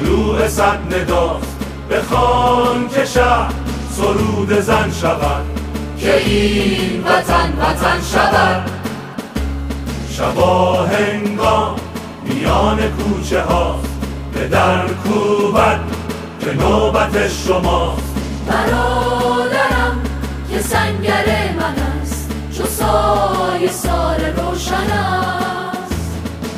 طلوع صد نداست بخوان که شهر سرود زن شود، که این وطن وطن شود. شبا هنگام میان کوچه هاست به در کوبت که نوبت شماست. برادرم که سنگر من است، چو سایه سار روشن است.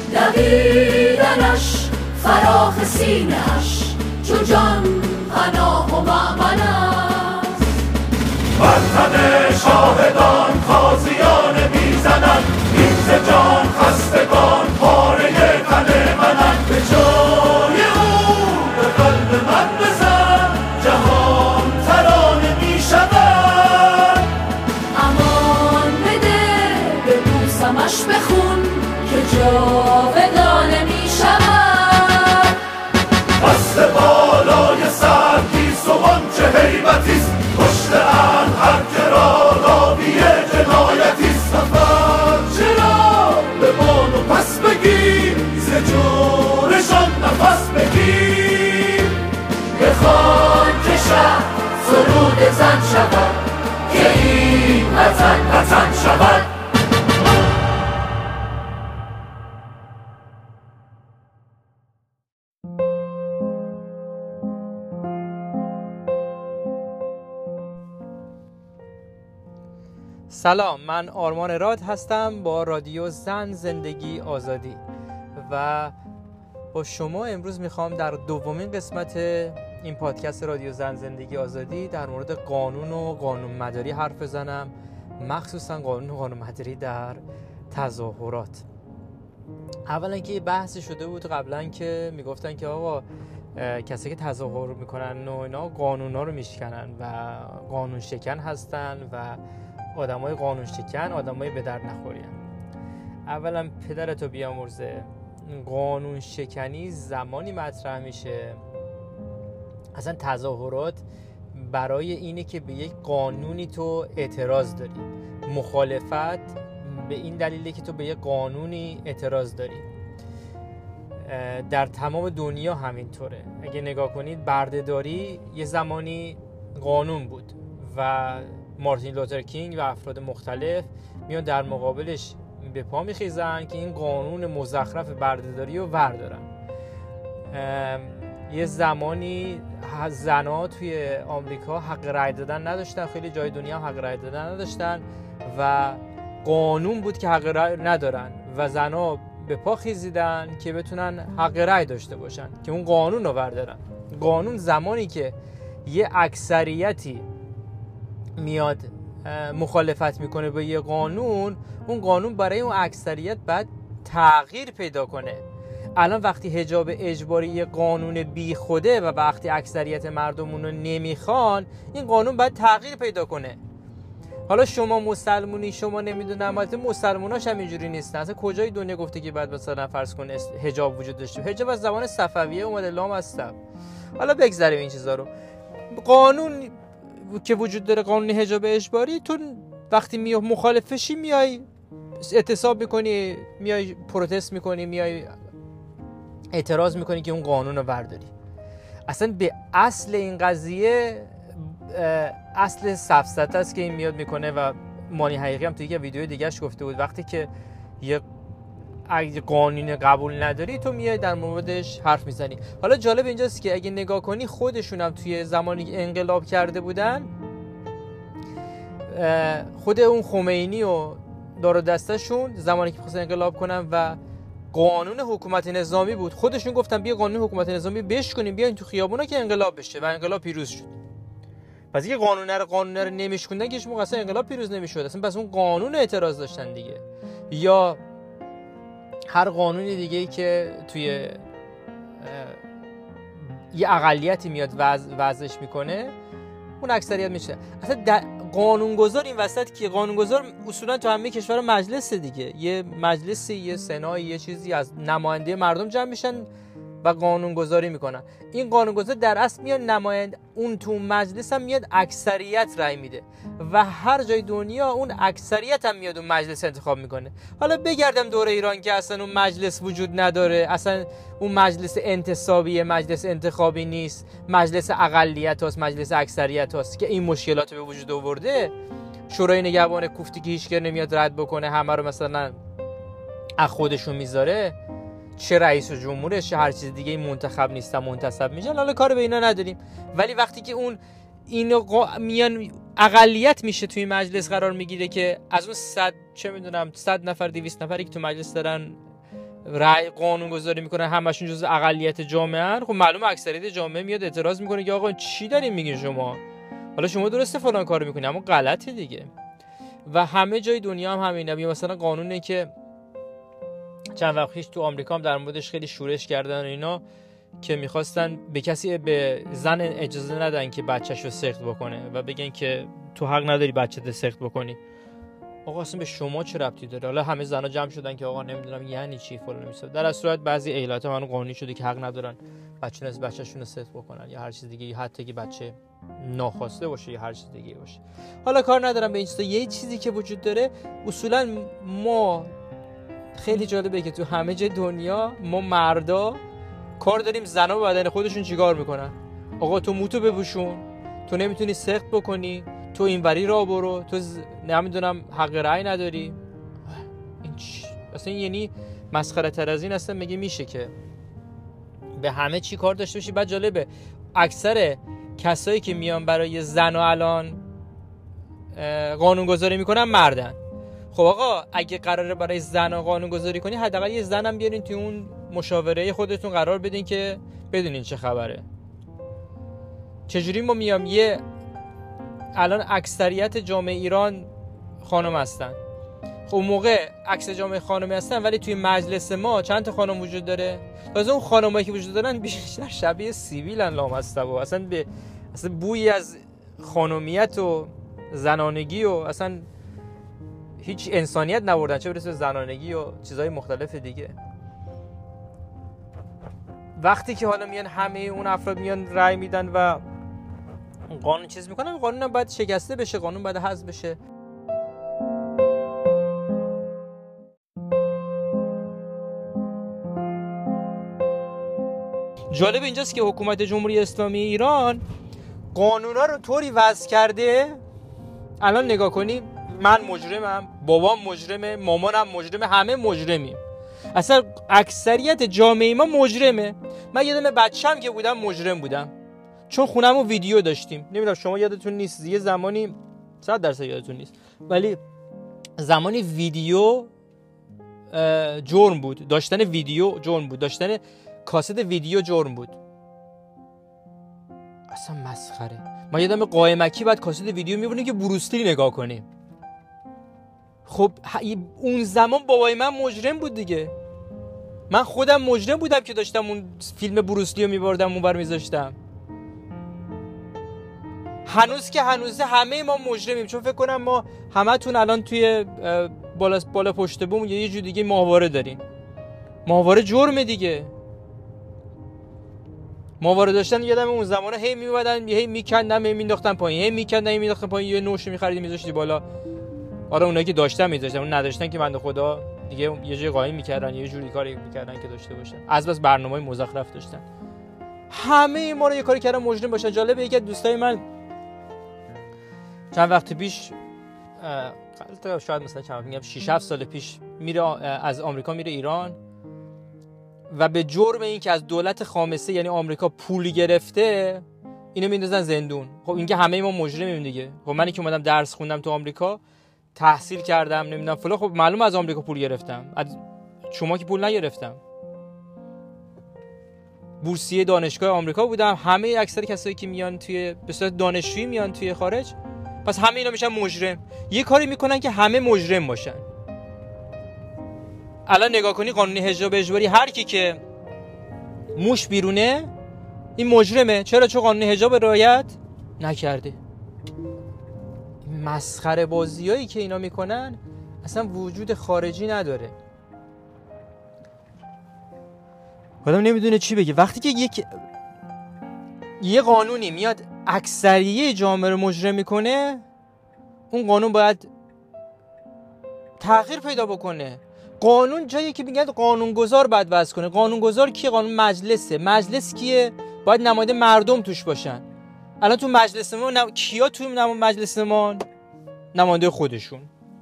دویدنش فراخ سینه اش، چو جان پناه و مأمن است. بر تن شاهدان تازیانه میزنند، این ز جان خستگان پاره تن منند. به جای او به قلب من بزن، جهان ترانه میشود. امان بده ببوسمش بخون، که جاودانه میشود. بست بالای سرگیس و آنچه هیبتیست، پشت ان هر که را راوی جنایتیست. سفر چرا به بان و پس بگیر، ز جورشان نفس بگیر. بخوان که شهر سرود زن شود، که این وطن وطن شود. سلام، من آرمان راد هستم با رادیو زن زندگی آزادی و با شما امروز میخوام در دومین قسمت این پادکست رادیو زن زندگی آزادی در مورد قانون و قانونمداری حرف بزنم، مخصوصا قانون و قانونمداری در تظاهرات. اولا که یه بحثی شده بود قبلا که میگفتن که آقا کسی که تظاهر میکنن و اینا قانونا رو میشکنن و قانون شکن هستن و آدمای قانون شکن آدمای به درد نخورین. اولا پدرتو بیامرزه، قانون شکنی زمانی مطرح میشه، اصلا تظاهرات برای اینه که به یک قانونی تو اعتراض داری، مخالفت به این دلیله که تو به یک قانونی اعتراض داری. در تمام دنیا همینطوره. اگه نگاه کنید بردهداری یه زمانی قانون بود و مارتین لوتر کینگ و افراد مختلف میان در مقابلش به پا میخیزن که این قانون مزخرف بردهداری رو وردارن. یه زمانی زنها توی آمریکا حق رأی دادن نداشتن، خیلی جای دنیا حق رأی دادن نداشتن و قانون بود که حق رأی ندارن و زنها به پا خیزیدن که بتونن حق رأی داشته باشن که اون قانون رو وردارن. قانون زمانی که یه اکثریتی میاد مخالفت میکنه با یه قانون، اون قانون برای اون اکثریت باید تغییر پیدا کنه. الان وقتی حجاب اجباری یه قانون بی خوده و وقتی اکثریت مردم اونو نمیخوان، این قانون باید تغییر پیدا کنه. حالا شما مسلمونی، شما نمیدونم، البته مسلموناش هم اینجوری نیستن. اصلا کجای دنیا گفته که بعد مثلا فرض کن حجاب وجود داشته؟ حجاب از زمان صفویه اومده، لام هستم. حالا بگذاریم این چیزا رو. قانون که وجود داره، قانون حجاب اجباری، تو وقتی مخالفشی میای اعتصاب میکنی، میای پروتست میکنی، میای اعتراض میکنی که اون قانون رو برداری. اصلا به اصل این قضیه اصل سفسطه است که این میاد میکنه و مانی حقیقی هم توی یه ویدیو دیگهش گفته بود وقتی که یه قانون قبول نداری تو میای در موردش حرف میزنی. حالا جالب اینجاست که اگه نگاه کنی خودشون هم توی زمانی که انقلاب کرده بودن، خود اون خمینی و دار و دستشون زمانی که خواستن انقلاب کنن و قانون حکومت نظامی بود، خودشون گفتن بیا قانون حکومت نظامی بشکنیم، بیاین تو خیابونا که انقلاب بشه و انقلاب پیروز شد. پس یه قانون رو نمیشکوندن که هیچ موقع اصلا انقلاب پیروز نمیشد. اصلا پس اون قانون اعتراض داشتن دیگه. یا هر قانونی دیگه‌ای که توی یه اقلیتی میاد وضعش میکنه، اون اکثریت میشه. اصلا قانونگذار این وسط که قانونگذار اصولا تو همه کشورها مجلس دیگه، یه مجلسی، یه سنای، یه چیزی از نماینده مردم جمع میشن و قانون گذاری میکنن. این قانون گذار در اصل میاد نماینده، اون تو مجلس هم میاد اکثریت رای میده و هر جای دنیا اون اکثریت هم میاد اون مجلس انتخاب میکنه. حالا بگردم دور ایران که اصلا اون مجلس وجود نداره، اصلا اون مجلس انتصابیه، مجلس انتخابی نیست، مجلس اقلیت هست، مجلس اکثریت هست که این مشکلات به وجود آورده. شورای نگهبان کوفتی که هیچ کی نمیاد رد بکنه، همه رو مثلا از خودشون میذاره، چه رئیس جمهورش چه هر چیز دیگه منتخب نیستن، منتصب میشن. حالا کار به اینا نداریم، ولی وقتی که اون میان اقلیت میشه توی مجلس قرار میگیره که از اون 100 چه میدونم 100 نفر 200 نفری که تو مجلس دارن رأی قانون گذاری میکنن همشون جزء اقلیت جامعه ان، خب معلومه اکثریت جامعه میاد اعتراض میکنه که آقا چی دارین میگین شما، حالا شما درسته فلان کارو میکنین اما غلطه دیگه. و همه جای دنیا هم همینه. مثلا قانونه که چند وقت پیش تو آمریکا هم در موردش خیلی شورش کردن و اینا که میخواستن به کسی به زن اجازه ندن که بچه‌شو سخت بکنه و بگن که تو حق نداری بچه‌ت سخت بکنی. آقا اصلا به شما چه ربطی داره؟ حالا همه زنا جمع شدن که آقا نمیدونم یعنی چی فلان نمیشه. در صورت بعضی ایالت‌ها منو قانونی شده که حق ندارن بچه‌شون رو سخت بکنن یا هر چیز دیگه، حتی که بچه ناخواسته باشه یا هر چیز دیگه باشه. حالا کار ندارم به این چیزا. یه چیزی که وجود داره اصولا ما خیلی جالبه که تو همه جای دنیا ما مردا کار داریم زنا به بدن خودشون چیکار میکنن. آقا تو موتو بپوشون، تو نمیتونی سخت بکنی، تو اینوری راه برو، تو نمیدونم حق رأی نداری. این اصلا یعنی مسخره تر از این اصلا میگه میشه که به همه چی کار داشته باشی. بعد جالبه اکثر کسایی که میان برای زن و الان قانون گذاری میکنن مردن. خب آقا اگه قراره برای زن قانون گذاری کنی حداقل یه زنم بیارین توی اون مشاوره خودتون قرار بدین که بدونین چه خبره. چجوری ما میام یه الان اکثریت جامعه ایران خانم هستن، خب اون موقع اکثر جامعه خانمی هستن ولی توی مجلس ما چند تا خانم وجود داره؟ تازه اون خانمایی که وجود دارن بیشتر شبیه سیویلن لامصب و اصلا بویی از خانومیت و زنانگی و اصلا هیچ انسانیت نبردن، چه برسه زنانگی و چیزهای مختلف دیگه. وقتی که حالا میان همه اون افراد میان رأی میدن و قانون چیز میکنن، قانون هم باید شکسته بشه، قانون باید حذف بشه. جالب اینجاست که حکومت جمهوری اسلامی ایران قانونا رو طوری وضع کرده، الان نگاه کنی من مجرمم، بابام مجرمه، مامانم مجرمه، همه مجرمیم. اصلا اکثریت جامعه ما مجرمه. من یادم بچه‌م که بودم مجرم بودم چون خونمو ویدیو داشتیم. نمیدونم شما یادتون نیست، یه زمانی 100% یادتون نیست ولی زمانی ویدیو جرم بود، داشتن ویدیو جرم بود، داشتن کاست ویدیو جرم بود. اصلا مسخره. ما یادم قائمکی بعد کاست ویدیو میبریم که بروسلی نگاه کنیم. خب اون زمان بابای من مجرم بود دیگه. من خودم مجرم بودم که داشتم اون فیلم بروسلی رو میبردم اونور میذاشتم. هنوز که هنوزه همه ما مجرمیم، چون فکر کنم ما همتون الان توی بالا پشت بوم یه جور دیگه ماهواره دارین. ماهواره جرمه دیگه. ماهواره داشتن یادم اون زمانه هی میومدن هی میکندن هی مینداختن پایین، هی میکندن هی مینداختن پایین، یه نوش می‌خریدی میذاشتی بالا. آره اونایی که داشتن میذاشتن، اون نداشتن که بنده خدا دیگه یه جای قایم میکردن، یه جوری کاری میکردن که داشته باشن. از بس برنامه‌های مزخرف داشتن. همه ما رو یه کاری کردن مجرم باشن. جالبه یکی از دوستای من چند وقت پیش شاید مثلا چند میگم 6-7 سال پیش میره از آمریکا میره ایران و به جرم این که از دولت خامسه یعنی آمریکا پول گرفته اینو میندازن زندون. خب این که همه ما مجرمیم دیگه. خب منی که اومدم درس خوندم تو آمریکا، تحصیل کردم، نمیدونم فلان، خب معلومه از آمریکا پول گرفتم. از شما که پول نگرفتم. بورسیه دانشگاه آمریکا بودم. همه اکثر کسایی که میان توی به صورت دانشجویی میان توی خارج، پس همه اینا میشن مجرم. یه کاری میکنن که همه مجرم باشن. الان نگاه کنی قانون حجاب اجباری، هر کی که موش بیرونه این مجرمه. چرا؟ چون قانون حجاب رعایت نکرده. مسخره بازیایی که اینا میکنن اصلا وجود خارجی نداره. آدم نمیدونه چی بگه. وقتی که یه قانونی میاد اکثریت جامعه رو مجرم میکنه، اون قانون باید تغییر پیدا بکنه. قانون جایی که میگن قانونگذار باید وضع کنه. قانونگذار کیه؟ قانون مجلسه. مجلس کیه؟ باید نماینده مردم توش باشن. الان تو مجلس ما کیا تو مجلس ما؟ نماینده خودشون.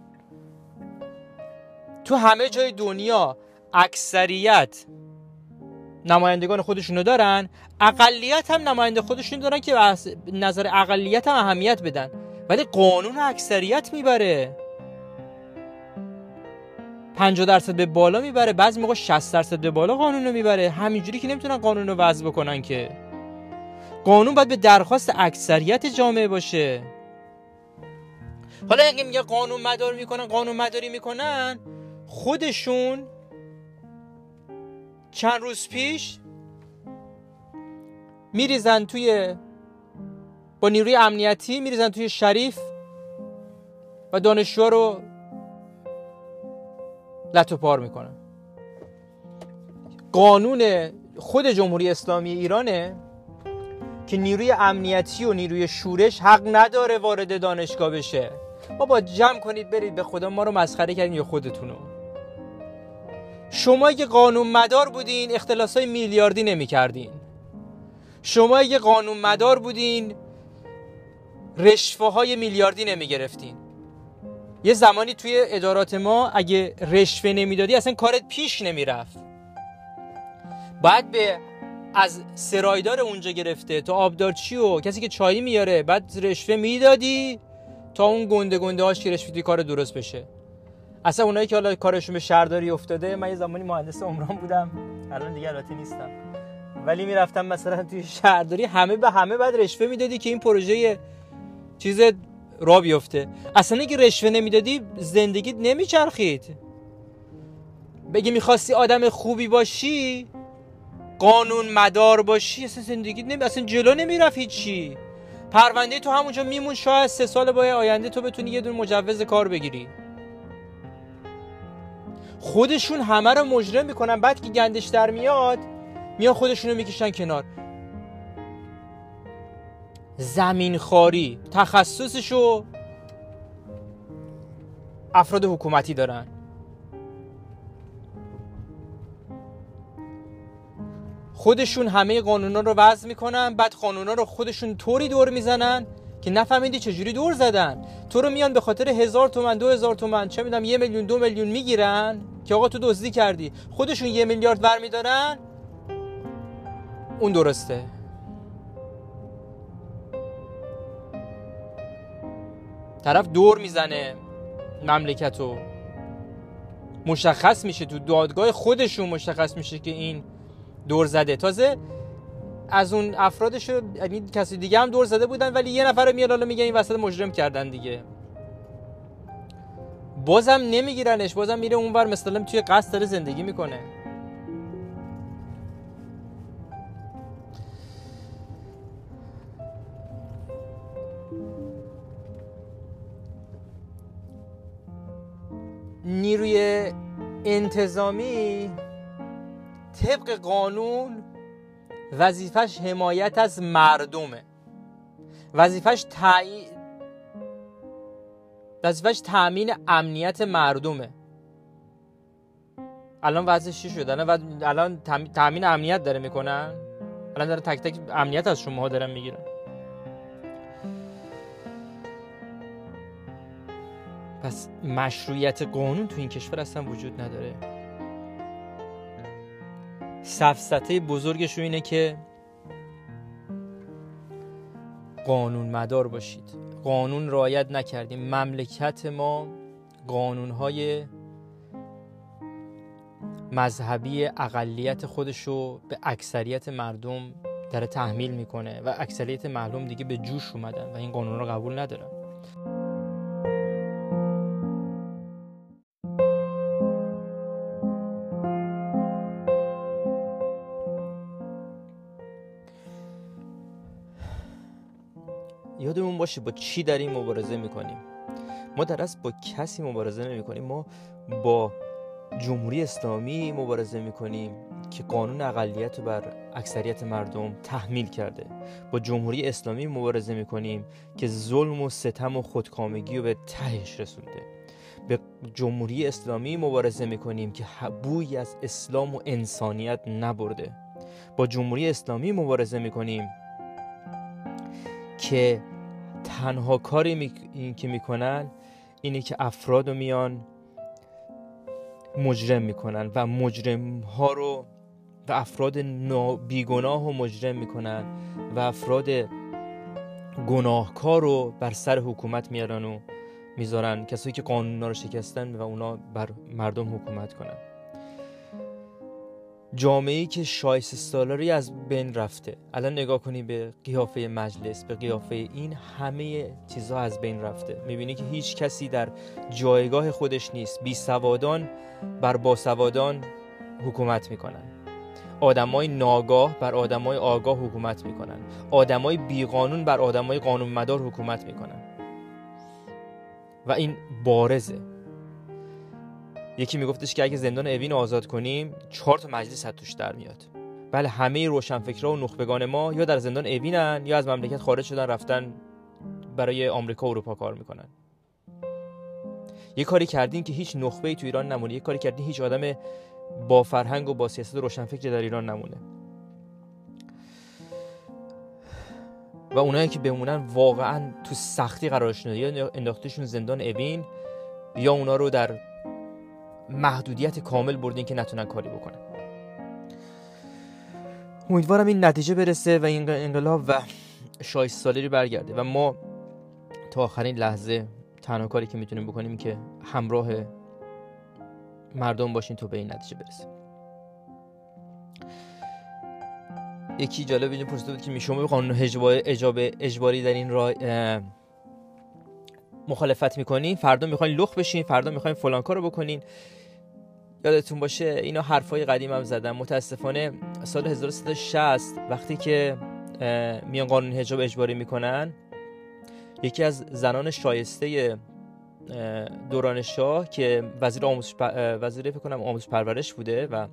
تو همه جای دنیا اکثریت نمایندگان خودشونو دارن، اقلیت هم نماینده خودشونو دارن که نظر اقلیت هم اهمیت بدن، ولی قانون اکثریت میبره. 50% به بالا میبره، بعضی موقع 60% به بالا قانونو میبره. همینجوری که نمیتونن قانونو وضع بکنن که. قانون باید به درخواست اکثریت جامعه باشه. حالا اگه میگه قانون مداری میکنن، خودشون چند روز پیش میریزن با نیروی امنیتی میریزن توی شریف و دانشجوها رو لت و پار میکنن. قانون خود جمهوری اسلامی ایرانه که نیروی امنیتی و نیروی شورش حق نداره وارد دانشگاه بشه. بابا جمع کنید برید، به خدا ما رو مسخره کردین یا خودتونو. شما اگه قانون مدار بودین اختلاسای میلیاردی نمی کردین. شما اگه قانون مدار بودین رشوه های میلیاردی نمی گرفتین. یه زمانی توی ادارات ما اگه رشوه نمیدادی اصلا کارت پیش نمی رفت. باید از سرایدار اونجا گرفته تا آبدارچی و کسی که چای میاره بعد رشوه میدادی تا اون گنده هاش که رشوه کار درست بشه. اصلا اونایی که حالا کارشون به شهرداری افتاده، من یه زمانی مهندس عمران بودم، الان دیگه البته نیستم، ولی میرفتم مثلا توی شهرداری همه بعد رشوه میدادی که این پروژه چیز را بیفته. اصلا اگه رشوه نمیدادی زندگیت نمیچرخید. بگی میخواستی آدم خوبی باشی، قانون مدار باشی، اصلا زندگیت اصلا جلو نمیرفت هیچی. پرونده تو همونجا میمون، شاید 3 سال باید آینده تو بتونی یه دونه مجوز کار بگیری. خودشون همه رو مجرم میکنن، بعد که گندش در میاد میان خودشونو میکشن کنار. زمین خواری تخصصشو افراد حکومتی دارن. خودشون همه قانونا رو وضع میکنن، بعد قانونا رو خودشون طوری دور میزنن که نفهمیدی چجوری دور زدن. تو رو میان به خاطر 1000 تومان 2000 تومان چه میدونم 1 میلیون 2 میلیون میگیرن که آقا تو دزدی کردی. خودشون 1 میلیارد برمیدارن، اون درسته. طرف دور میزنه مملکتو، مشخص میشه تو دادگاه خودشون مشخص میشه که این دور زده. تازه از اون افرادشو یعنی کسی دیگه هم دور زده بودن، ولی یه نفر میاد حالا میگه این وسط مجرم کردن دیگه، بازم نمیگیرنش، بازم میره اونور مثلا توی قصر داره زندگی میکنه. نیروی انتظامی طبق قانون وظیفش حمایت از مردمه، وظیفش تأمین امنیت مردمه. الان وضعش چی شد؟ الان تأمین امنیت داره میکنن، الان داره تک تک امنیت از شما دارن میگیرن. پس مشروعیت قانون تو این کشور اصلا وجود نداره. سفسطه بزرگش اینه که قانون مدار باشید. قانون رعایت نکردیم. مملکت ما قانونهای مذهبی اقلیت خودشو به اکثریت مردم داره تحمیل میکنه و اکثریت مردم دیگه به جوش اومدن و این قانون رو قبول ندارن. یادمون باشه با چی داریم مبارزه میکنیم. ما در اصل با کسی مبارزه نمی کنیم، ما با جمهوری اسلامی مبارزه میکنیم که قانون اقلیت رو بر اکثریت مردم تحمیل کرده. با جمهوری اسلامی مبارزه میکنیم که ظلم و ستم و خودکامگی رو به تهش رسونده. به جمهوری اسلامی مبارزه میکنیم که بویی از اسلام و انسانیت نبرده. با جمهوری اسلامی مبارزه میکنیم که تنها کاری که میکنن اینه که افراد رو میان مجرم میکنن و مجرم ها رو و افراد بیگناه و مجرم میکنن و افراد گناهکار رو بر سر حکومت میارن و میذارن، کسایی که قانونا رو شکستن و اونا بر مردم حکومت کنن. جامعه‌ای که شایسته سالاری از بین رفته. الان نگاه کنی به قیافه مجلس، به قیافه این، همه چیزها از بین رفته. میبینی که هیچ کسی در جایگاه خودش نیست. بی سوادان بر باسوادان حکومت میکنن. آدمای ناگاه بر آدمای آگاه حکومت میکنن. آدمای بیقانون بر آدمای قانون مدار حکومت میکنن. و این بارزه. یکی میگفتش که اگه زندان اوین آزاد کنیم 4 تا مجلس از توش در میاد. بله، همه روشنفکرها و نخبگان ما یا در زندان اوینن یا از مملکت خارج شدن رفتن برای آمریکا و اروپا کار میکنن. یه کاری کردین که هیچ نخبه‌ای تو ایران نمونه. یه کاری کردین هیچ آدم با فرهنگ و با سیاست روشنفکر در ایران نمونه. و اونایی که بمونن واقعا تو سختی قرارشون داده، یا انداختشون زندان اوین یا اونا رو در محدودیت کامل بردین که نتونن کاری بکنن. امیدوارم این نتیجه برسه و این انقلاب و شایسته سالاری برگرده و ما تا آخرین لحظه تنها کاری که میتونیم بکنیم که همراه مردم باشین تا به این نتیجه برسه. یکی جالب اینو پرسیده بود که شما به قانون اجباری در این راه مخالفت میکنین، فردا میخواین لخ بشین، فردا میخواین فلان کارو بکنین. یادتون باشه اینا حرفای قدیم هم زدن. متاسفانه سال 1360 وقتی که میان قانون حجاب اجباری میکنن، یکی از زنان شایسته دوران شاه که وزیر فکر کنم آموزش پرورش بوده و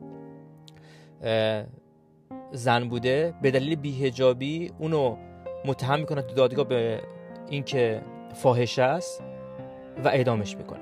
زن بوده، به دلیل بی‌حجابی اونو متهم میکنن تو دادگاه به این که فاحشه است و اعدامش میکنن.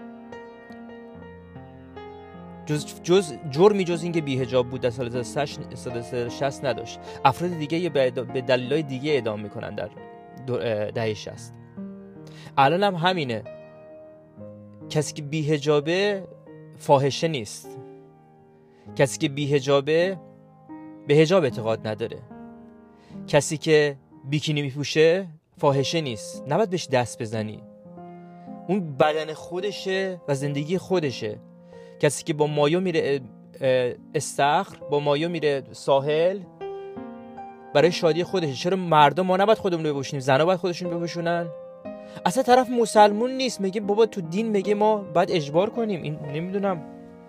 جرمی جز این که بی‌حجاب بود در سال 1960 نداشت. افراد دیگه به دلایل دیگه اعدام میکنن در دهه 60. الان هم همینه. کسی که بی‌حجابه فاحشه نیست. کسی که بی‌حجابه به حجاب اعتقاد نداره. کسی که بیکینی میپوشه فاحشه نیست. نباید بهش دست بزنی. اون بدن خودشه و زندگی خودشه. کسی که با مایو میره استخر، با مایو میره ساحل برای شادی خودشه. چرا مردم ما نباید خودمون رو بپوشونیم؟ زنا باید خودشون بپوشونن؟ اصلا طرف مسلمون نیست میگه بابا تو دین میگه ما باید اجبار کنیم. این نمیدونم.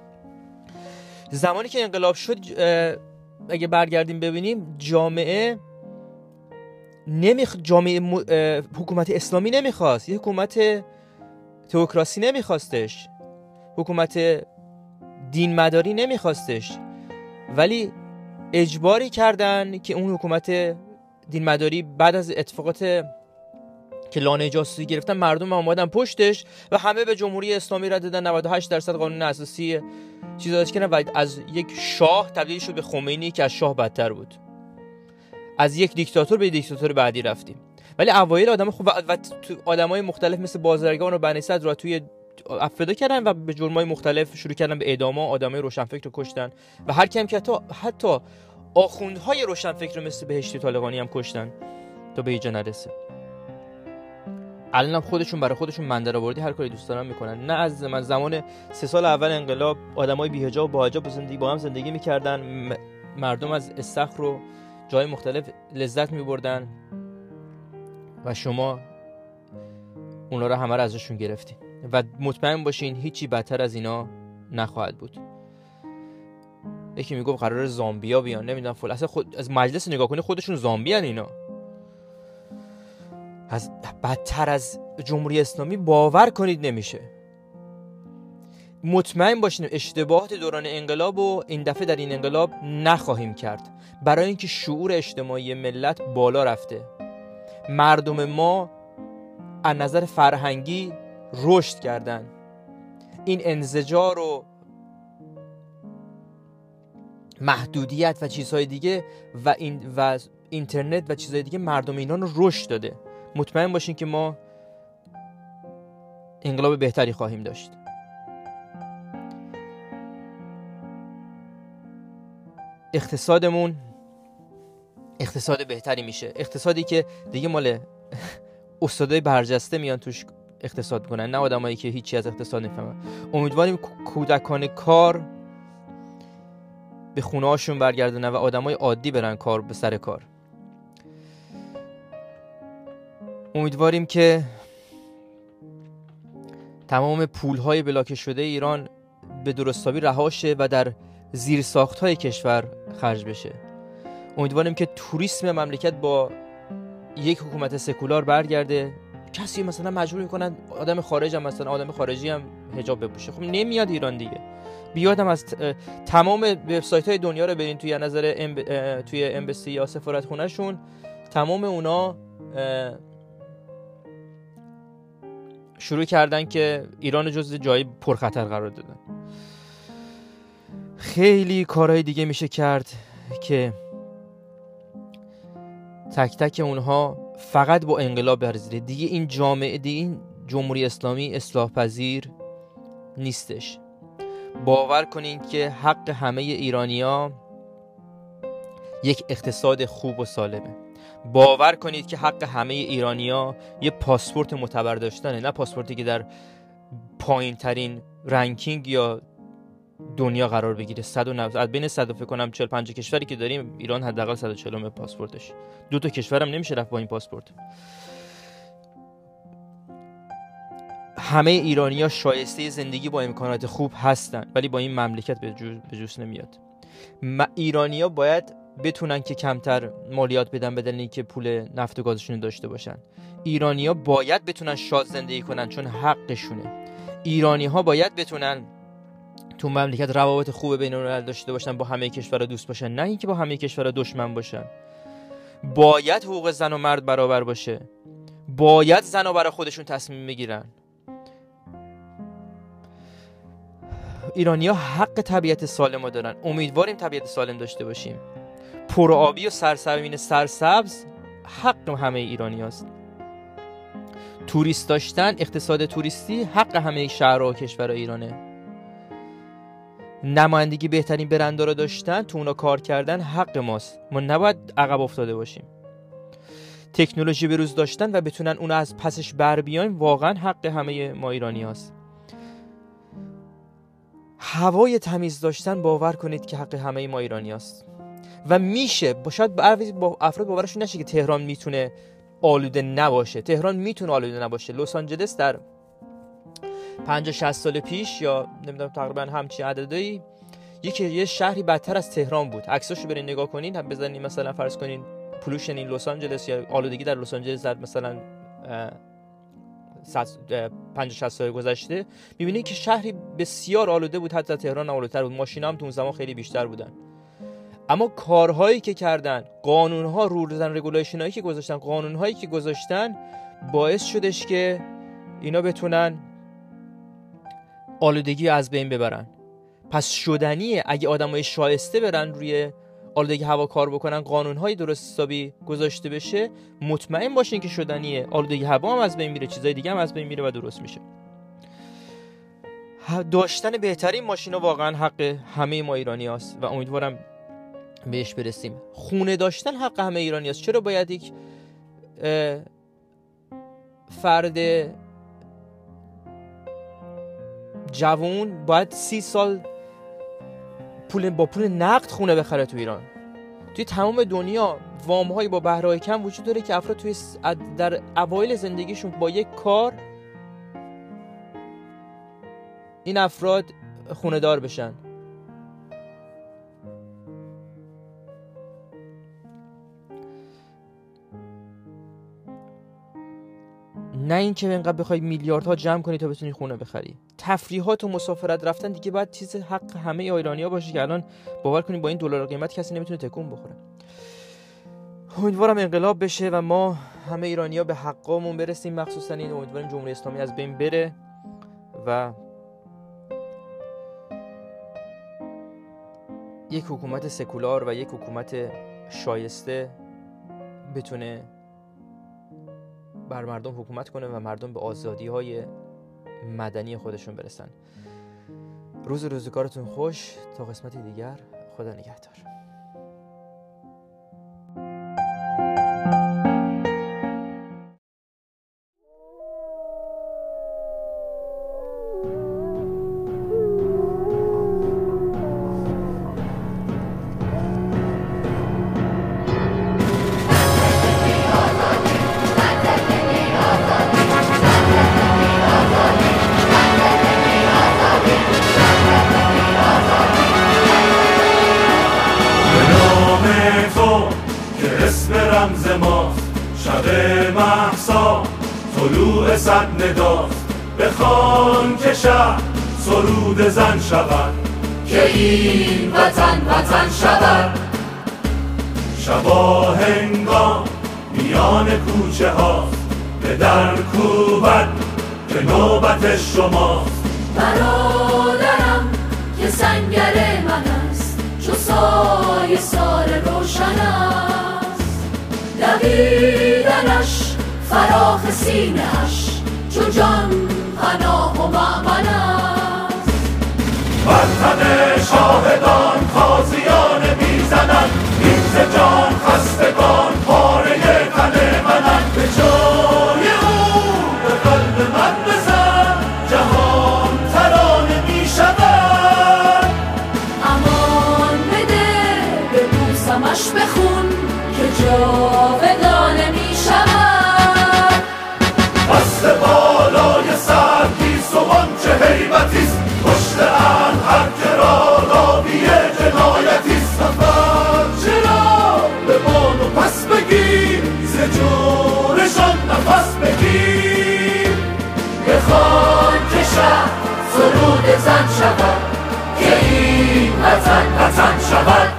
زمانی که انقلاب شد اگه برگردیم ببینیم جامعه حکومت اسلامی نمیخواست، یه حکومت تئوکراسی نمیخواستش، حکومت دین مداری نمیخواستش، ولی اجباری کردن که اون حکومت دین مداری بعد از اتفاقات که لانه جاسوسی گرفتن مردم اومدن پشتش و همه به جمهوری اسلامی رد دادن. 98% قانون اساسی چیزاش کردن و از یک شاه تبدیل شد به خمینی که از شاه بدتر بود. از یک دیکتاتور به دیکتاتور بعدی رفتیم. ولی اوایل آدم خوب و آدمای مختلف مثل بازرگان و بنی صدر را توی افدا کردن و به جرمای مختلف شروع کردن به اعدام. آدمای روشنفکر رو کشتن و هر کیم که حتی آخوندهای روشنفکر مثل بهشتی طالقانی هم کشتن تا به اینجا نرسه. الان هم خودشون برای خودشون مندرآوردی هر کاری دوست دارن میکنن. نه از من زمان 3 سال اول انقلاب آدمای بی‌حجاب و با حجاب با هم زندگی میکردن. مردم از استخر و جای مختلف لذت میبردن و شما اونا رو همه رو ازشون گرفتین و مطمئن باشین هیچی بدتر از اینا نخواهد بود. یکی میگفت قرار زامبیا بیان، نمیدونم اصلا از مجلس نگاه کنی خودشون زامبیان اینا. از بدتر از جمهوری اسلامی باور کنید نمیشه. مطمئن باشین اشتباهات دوران انقلاب و این دفعه در این انقلاب نخواهیم کرد، برای اینکه شعور اجتماعی ملت بالا رفته. مردم ما از نظر فرهنگی رشد کردن. این انزجار و محدودیت و چیزهای دیگه و اینترنت و چیزهای دیگه مردم ایران رو رشد داده. مطمئن باشین که ما انقلاب بهتری خواهیم داشت. اقتصادمون اقتصاد بهتری میشه، اقتصادی که دیگه مال استادای برجسته میان توش اقتصاد کنن، نه آدمایی که هیچی از اقتصاد نفهمن. امیدواریم کودکان کار به خونه هاشون برگردونن و آدمای عادی برن کار به سر کار. امیدواریم که تمام پولهای بلاکه شده ایران به درستابی رها شه و در زیر ساخت‌های کشور خرج بشه. امیدواریم که توریسم مملکت با یک حکومت سکولار برگرده. کسی مثلا مجبور میکنن آدم خارج هم مثلا آدم خارجی هم حجاب بپوشه، خب نمیاد ایران دیگه. بیادم از تمام وبسایت‌های دنیا رو برین توی نظر توی امبسی یا سفارتخونه شون، تمام اونا شروع کردن که ایران رو جزو جای پرخطر قرار دادن. خیلی کارهای دیگه میشه کرد که تک تک اونها فقط با انقلاب برزیده. دیگه این جامعه، دیگه این جمهوری اسلامی اصلاح پذیر نیستش. باور کنین که حق همه ایرانی‌ها یک اقتصاد خوب و سالمه. باور کنید که حق همه ایرانی‌ها یه پاسپورت معتبر داشتنه، نه پاسپورتی که در پایین ترین رنکینگ یا دنیا قرار بگیره. 190 از بین 100 فکر کنم 45 کشوری که داریم، ایران حداقل 140 پاسپورتش. 2 تا کشورم نمیشه رفت با این پاسپورت. همه ایرانی‌ها شایسته زندگی با امکانات خوب هستن، ولی با این مملکت به جوش نمیاد. ایرانی‌ها باید بتونن که کمتر مالیات بدن بدون اینکه پول نفت و گازشون داشته باشن. ایرانی‌ها باید بتونن شاد زندگی کنن چون حقشونه. ایرانی‌ها باید بتونن تو مملکت روابط خوب بین‌الملل داشته باشن، با همه کشورها دوست باشن، نه اینکه با همه کشورها دشمن باشن. باید حقوق زن و مرد برابر باشه. باید زن‌ها برای خودشون تصمیم بگیرن. ایرانی‌ها حق طبیعت سالم دارن. امیدواریم طبیعت سالم داشته باشیم. پرآبی و سرزمین سرسبز حق همه ایرانی‌هاست. توریست داشتن، اقتصاد توریستی حق همه شهرها و کشورهای ایرانه. نمایندگی بهترین برندها رو داشتن، تو اونا کار کردن حق ماست. ما نباید عقب افتاده باشیم. تکنولوژی به روز داشتن و بتونن اونا از پسش بر بیایم واقعا حق همه ما ایرانی‌هاست. هوای تمیز داشتن باور کنید که حق همه ما ایرانی‌هاست. و میشه، شاید با افراد باورشون نشه که تهران میتونه آلوده نباشه. تهران میتونه آلوده نباشه. لس آنجلس در 50-60 سال پیش یا نمیدونم تقریبا همچین عددی یه شهری بدتر از تهران بود. عکساشو برین نگاه کنین، هم بزنین مثلا فرض کنین پولوشن این لس آنجلس یا آلودگی در لس آنجلس در مثلا 50-60 سال گذشته، میبینید که شهری بسیار آلوده بود، حتی تهران آلودتر بود. ماشینا هم تو اون زمان خیلی بیشتر بودن. اما کارهایی که کردن، قانون‌ها، رولز اند رگولیشن‌هایی که گذاشتن، قانون‌هایی که گذاشتن باعث شدش که اینا بتونن آلودگی از بین ببرن. پس شدنیه اگه آدمای شایسته برن روی آلودگی هوا کار بکنن، قانون‌های درست حسابی گذاشته بشه، مطمئن باشین که شدنیه. آلودگی هوا هم از بین میره، چیزای دیگه هم از بین میره و درست میشه. داشتن بهترین ماشینا واقعا حق همه ما ایرانی‌هاست و امیدوارم بهش برسیم. خونه داشتن حق همه ایرانی‌هاست. چرا باید یک فرد جوون باید 30 سال با پول نقد خونه بخره تو ایران؟ توی تمام دنیا وام‌های با بهره‌های کم وجود داره که افراد توی در اوایل زندگیشون با یک کار این افراد خونه دار بشن. نه اینکه اینقدر بخوای میلیاردها جمع کنی تا بتونی خونه بخری. تفریحات و مسافرت رفتن دیگه باید چیز حق همه ایرانی‌ها باشه که الان باور کنید با این دلار قیمت کسی نمیتونه تکون بخوره. امیدوارم انقلاب بشه و ما همه ایرانی‌ها به حقامون برسیم، مخصوصا این امیدواریم جمهوری اسلامی از بین بره و یک حکومت سکولار و یک حکومت شایسته بتونه بر مردم حکومت کنه و مردم به آزادی‌های مدنی خودشون برسن. روزگارتون خوش تا قسمت دیگر. خدا نگهدار. رمز ماست شب مهسا طلوع صد نداست بخوان که شهر سرود زن شود که این وطن وطن شود. شبا هنگام میان کوچه هاست به در کوبت که نوبت شماست. برادرم که سنگر من است چو سایه سار روشن است. دویدنش فراخ سینه اش چو جان پناه و مأمن است. وطن شاهدان تازیان میزنند این ز جان خستگان پاره تن منند. به جای او به قلب من بزن جهان ترانه میشود. امان بده به بوسمش بخون که جاودانه میشود. دست بالای سرکیست و آنچه هیبتیست پشت ان هر که را راوی جنایتیست. سفر چرا به بان و پس بگیر ز جورشان نفس بگیر. بخوان که شهر سرود زن شود که این وطن وطن شود.